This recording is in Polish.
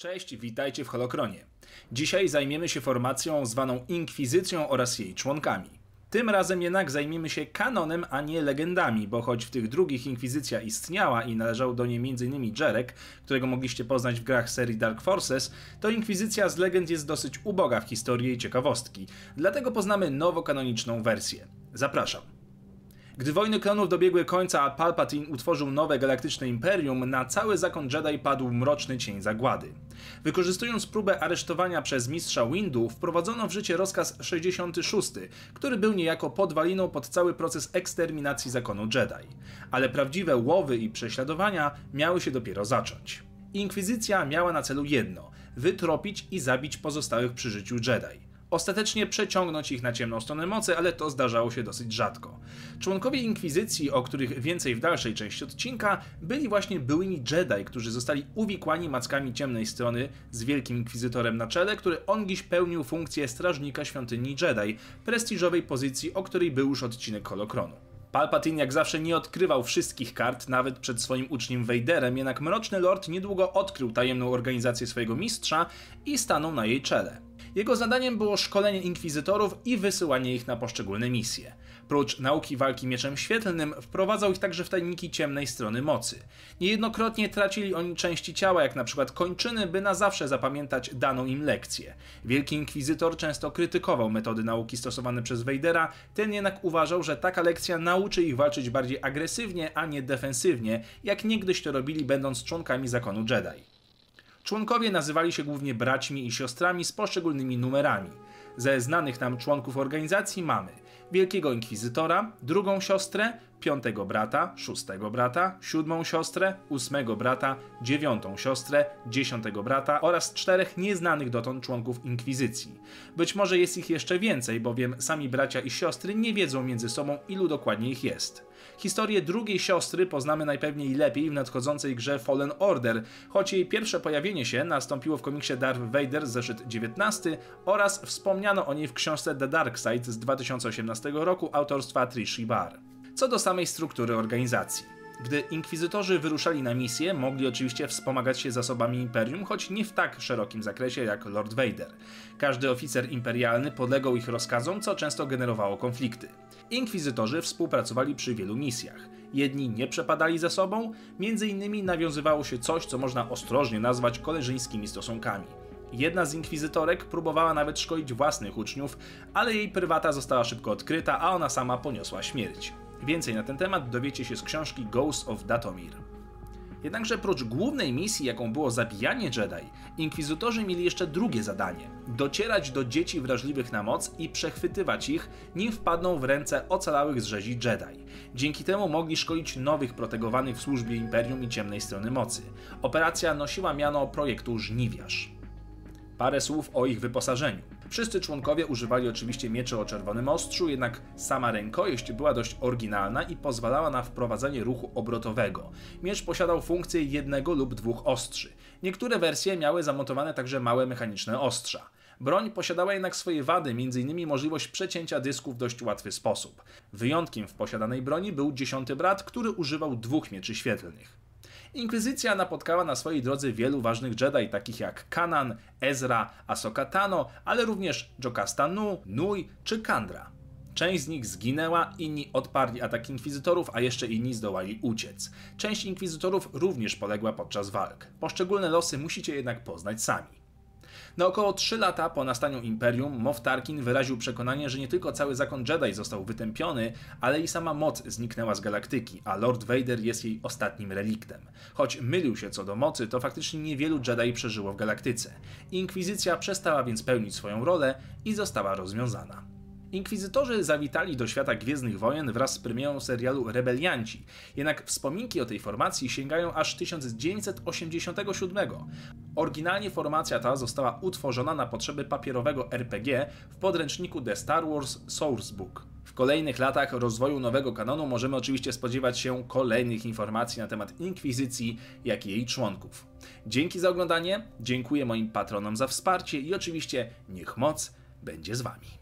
Cześć, witajcie w Holokronie. Dzisiaj zajmiemy się formacją zwaną Inkwizycją oraz jej członkami. Tym razem jednak zajmiemy się kanonem, a nie legendami, bo choć w tych drugich Inkwizycja istniała i należał do niej m.in. Jerek, którego mogliście poznać w grach serii Dark Forces, to Inkwizycja z legend jest dosyć uboga w historię i ciekawostki. Dlatego poznamy nowokanoniczną wersję. Zapraszam. Gdy wojny klonów dobiegły końca, a Palpatine utworzył nowe galaktyczne imperium, na cały zakon Jedi padł mroczny cień zagłady. Wykorzystując próbę aresztowania przez mistrza Windu, wprowadzono w życie rozkaz 66, który był niejako podwaliną pod cały proces eksterminacji zakonu Jedi. Ale prawdziwe łowy i prześladowania miały się dopiero zacząć. Inkwizycja miała na celu jedno – wytropić i zabić pozostałych przy życiu Jedi. Ostatecznie przeciągnąć ich na ciemną stronę mocy, ale to zdarzało się dosyć rzadko. Członkowie Inkwizycji, o których więcej w dalszej części odcinka, byli właśnie byłymi Jedi, którzy zostali uwikłani mackami ciemnej strony z Wielkim Inkwizytorem na czele, który on dziś pełnił funkcję strażnika świątyni Jedi, prestiżowej pozycji, o której był już odcinek Holokronu. Palpatine jak zawsze nie odkrywał wszystkich kart, nawet przed swoim uczniem Vaderem, jednak Mroczny Lord niedługo odkrył tajemną organizację swojego mistrza i stanął na jej czele. Jego zadaniem było szkolenie inkwizytorów i wysyłanie ich na poszczególne misje. Prócz nauki walki mieczem świetlnym, wprowadzał ich także w tajniki ciemnej strony mocy. Niejednokrotnie tracili oni części ciała, jak na przykład kończyny, by na zawsze zapamiętać daną im lekcję. Wielki Inkwizytor często krytykował metody nauki stosowane przez Vadera, ten jednak uważał, że taka lekcja nauczy ich walczyć bardziej agresywnie, a nie defensywnie, jak niegdyś to robili, będąc członkami zakonu Jedi. Członkowie nazywali się głównie braćmi i siostrami z poszczególnymi numerami. Ze znanych nam członków organizacji mamy Wielkiego Inkwizytora, drugą siostrę, piątego brata, szóstego brata, siódmą siostrę, ósmego brata, dziewiątą siostrę, dziesiątego brata oraz czterech nieznanych dotąd członków Inkwizycji. Być może jest ich jeszcze więcej, bowiem sami bracia i siostry nie wiedzą między sobą, ilu dokładnie ich jest. Historię drugiej siostry poznamy najpewniej lepiej w nadchodzącej grze Fallen Order, choć jej pierwsze pojawienie się nastąpiło w komiksie Darth Vader zeszyt 19 oraz wspomniano o niej w książce The Dark Side z 2018 roku autorstwa Trishi Barr. Co do samej struktury organizacji. Gdy inkwizytorzy wyruszali na misję, mogli oczywiście wspomagać się zasobami Imperium, choć nie w tak szerokim zakresie jak Lord Vader. Każdy oficer imperialny podlegał ich rozkazom, co często generowało konflikty. Inkwizytorzy współpracowali przy wielu misjach. Jedni nie przepadali za sobą, między innymi nawiązywało się coś, co można ostrożnie nazwać koleżeńskimi stosunkami. Jedna z inkwizytorek próbowała nawet szkolić własnych uczniów, ale jej prywata została szybko odkryta, a ona sama poniosła śmierć. Więcej na ten temat dowiecie się z książki Ghost of Dathomir. Jednakże prócz głównej misji, jaką było zabijanie Jedi, inkwizytorzy mieli jeszcze drugie zadanie – docierać do dzieci wrażliwych na moc i przechwytywać ich, nim wpadną w ręce ocalałych z rzezi Jedi. Dzięki temu mogli szkolić nowych protegowanych w służbie Imperium i ciemnej strony mocy. Operacja nosiła miano projektu Żniwiarz. Parę słów o ich wyposażeniu. Wszyscy członkowie używali oczywiście mieczy o czerwonym ostrzu, jednak sama rękojeść była dość oryginalna i pozwalała na wprowadzanie ruchu obrotowego. Miecz posiadał funkcję jednego lub dwóch ostrzy. Niektóre wersje miały zamontowane także małe mechaniczne ostrza. Broń posiadała jednak swoje wady, m.in. możliwość przecięcia dysku w dość łatwy sposób. Wyjątkiem w posiadanej broni był 10. brat, który używał dwóch mieczy świetlnych. Inkwizycja napotkała na swojej drodze wielu ważnych Jedi, takich jak Kanan, Ezra, Ahsoka Tano, ale również Jocasta Nu, Nui czy Kandra. Część z nich zginęła, inni odparli atak inkwizytorów, a jeszcze inni zdołali uciec. Część inkwizytorów również poległa podczas walk. Poszczególne losy musicie jednak poznać sami. Na około 3 lata po nastaniu Imperium Moff Tarkin wyraził przekonanie, że nie tylko cały zakon Jedi został wytępiony, ale i sama moc zniknęła z galaktyki, a Lord Vader jest jej ostatnim reliktem. Choć mylił się co do mocy, to faktycznie niewielu Jedi przeżyło w galaktyce. Inkwizycja przestała więc pełnić swoją rolę i została rozwiązana. Inkwizytorzy zawitali do świata Gwiezdnych Wojen wraz z premierą serialu Rebelianci, jednak wspominki o tej formacji sięgają aż 1987. Oryginalnie formacja ta została utworzona na potrzeby papierowego RPG w podręczniku The Star Wars Sourcebook. W kolejnych latach rozwoju nowego kanonu możemy oczywiście spodziewać się kolejnych informacji na temat Inkwizycji, jak i jej członków. Dzięki za oglądanie, dziękuję moim patronom za wsparcie i oczywiście niech moc będzie z wami.